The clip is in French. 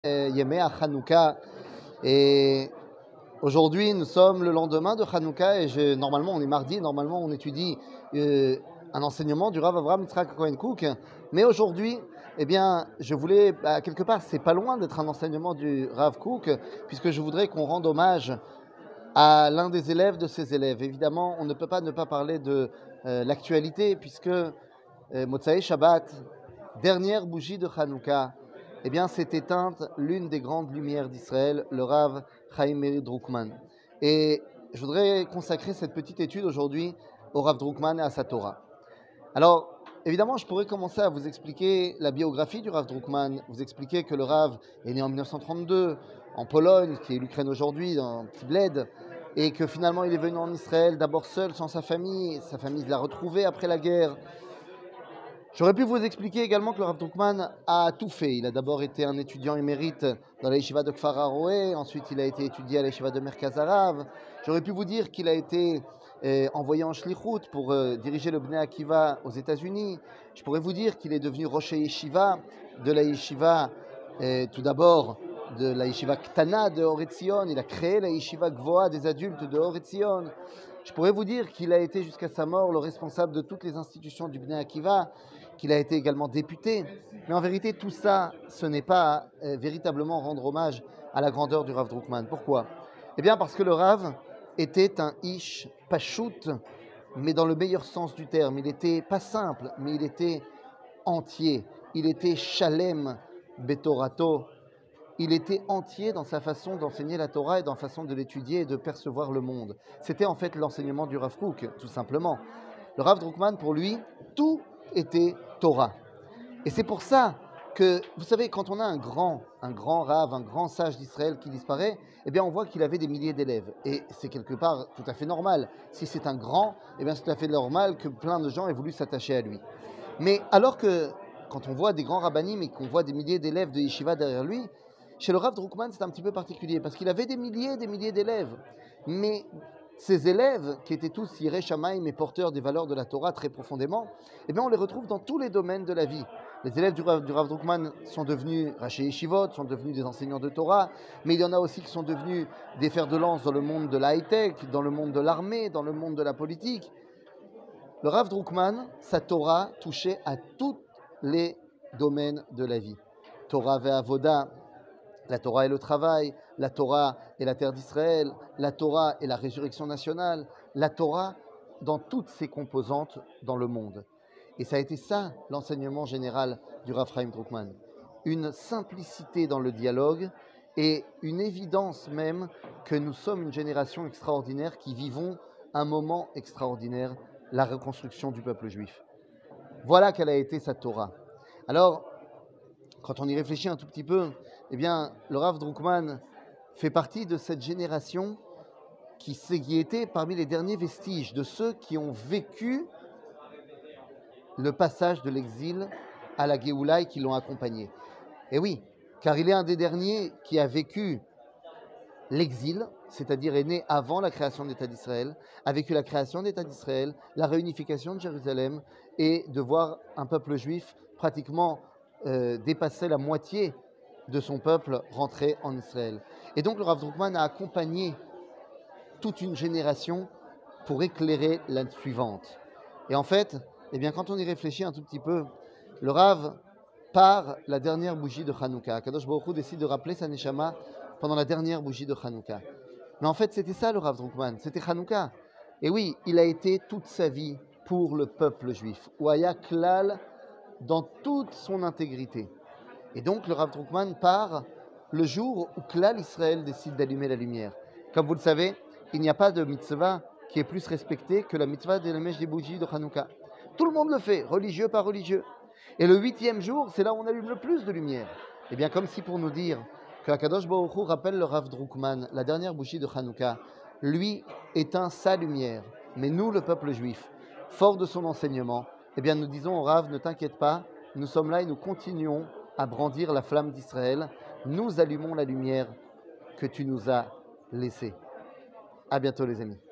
Yemé à Hanouka. Et aujourd'hui, nous sommes le lendemain de Hanouka et normalement, on est mardi, normalement, on étudie un enseignement du Rav Avraham Yitzhak Cohen Cook. Mais aujourd'hui, eh bien, je voulais, quelque part, c'est pas loin d'être un enseignement du Rav Cook, puisque je voudrais qu'on rende hommage à l'un des élèves de ses élèves. Évidemment, on ne peut pas ne pas parler de l'actualité, puisque Motsaï Shabbat, dernière bougie de Hanouka, eh bien, s'est éteinte l'une des grandes lumières d'Israël, le Rav Chaim Meir Drukman. Et je voudrais consacrer cette petite étude aujourd'hui au Rav Drukman et à sa Torah. Alors, évidemment, je pourrais commencer à vous expliquer la biographie du Rav Drukman, vous expliquer que le Rav est né en 1932 en Pologne, qui est l'Ukraine aujourd'hui, dans un petit bled, et que finalement il est venu en Israël d'abord seul, sans sa famille l'a retrouvé après la guerre. J'aurais pu vous expliquer également que le Rav Drukman a tout fait. Il a d'abord été un étudiant émérite dans la yeshiva de Kfar Haroé, ensuite il a été étudié à la yeshiva de Merkaz Harav. J'aurais pu vous dire qu'il a été envoyé en shlichut pour diriger le Bnei Akiva aux États-Unis. Je pourrais vous dire qu'il est devenu rocher yeshiva de la yeshiva, tout d'abord de la yeshiva Ktana de Or Etzion. Il a créé la yeshiva Gvoa des adultes de Or Etzion. Je pourrais vous dire qu'il a été jusqu'à sa mort le responsable de toutes les institutions du Bnei Akiva, qu'il a été également député. Mais en vérité, tout ça, ce n'est pas véritablement rendre hommage à la grandeur du Rav Drukman. Pourquoi ? Eh bien parce que le Rav était un ish pachout, mais dans le meilleur sens du terme. Il n'était pas simple, mais il était entier. Il était shalem betorato. Il était entier dans sa façon d'enseigner la Torah et dans sa façon de l'étudier et de percevoir le monde. C'était en fait l'enseignement du Rav Kook, tout simplement. Le Rav Drukman, pour lui, tout était Torah. Et c'est pour ça que, vous savez, quand on a un grand Rav, un grand sage d'Israël qui disparaît, eh bien on voit qu'il avait des milliers d'élèves. Et c'est quelque part tout à fait normal. Si c'est un grand, eh bien c'est tout à fait normal que plein de gens aient voulu s'attacher à lui. Mais alors que, quand on voit des grands rabbinim et qu'on voit des milliers d'élèves de yeshiva derrière lui, chez le Rav Drukman, c'est un petit peu particulier parce qu'il avait des milliers d'élèves. Mais ces élèves, qui étaient tous Yirei Shamayim et porteurs des valeurs de la Torah très profondément, eh bien on les retrouve dans tous les domaines de la vie. Les élèves du Rav Drukman sont devenus Raché Yeshivot, sont devenus des enseignants de Torah, mais il y en a aussi qui sont devenus des fers de lance dans le monde de la high-tech, dans le monde de l'armée, dans le monde de la politique. Le Rav Drukman, sa Torah touchait à tous les domaines de la vie. Torah ve'avoda, la Torah et le travail, la Torah et la terre d'Israël, la Torah et la résurrection nationale, la Torah dans toutes ses composantes dans le monde. Et ça a été ça l'enseignement général du Rav Chaim Drukman. Une simplicité dans le dialogue et une évidence même que nous sommes une génération extraordinaire qui vivons un moment extraordinaire, la reconstruction du peuple juif. Voilà quelle a été sa Torah. Alors, quand on y réfléchit un tout petit peu, eh bien, le Rav Drukman fait partie de cette génération qui était parmi les derniers vestiges de ceux qui ont vécu le passage de l'exil à la Géoula et qui l'ont accompagné. Et oui, car il est un des derniers qui a vécu l'exil, c'est-à-dire est né avant la création de l'État d'Israël, a vécu la création de l'État d'Israël, la réunification de Jérusalem et de voir un peuple juif pratiquement dépasser la moitié de son peuple rentrer en Israël. Et donc le Rav Drukman a accompagné toute une génération pour éclairer la suivante. Et en fait, eh bien, quand on y réfléchit un tout petit peu, le Rav part la dernière bougie de Hanouka. Kadosh Baruch Hu décide de rappeler sa neshama pendant la dernière bougie de Hanouka. Mais en fait, c'était ça le Rav Drukman, c'était Hanouka. Et oui, il a été toute sa vie pour le peuple juif, Ouaya Klal, dans toute son intégrité. Et donc le Rav Drukman part le jour où Klal Israël décide d'allumer la lumière. Comme vous le savez, il n'y a pas de mitzvah qui est plus respectée que la mitzvah de l'Amèche des bougies de Hanouka. Tout le monde le fait, religieux par religieux. Et le 8e jour, c'est là où on allume le plus de lumière. Et bien comme si pour nous dire que Akadosh Baruch Hu rappelle le Rav Drukman, la dernière bougie de Hanouka, lui éteint sa lumière. Mais nous, le peuple juif, fort de son enseignement, eh bien nous disons au Rav, ne t'inquiète pas, nous sommes là et nous continuons à brandir la flamme d'Israël. Nous allumons la lumière que tu nous as laissée. À bientôt les amis.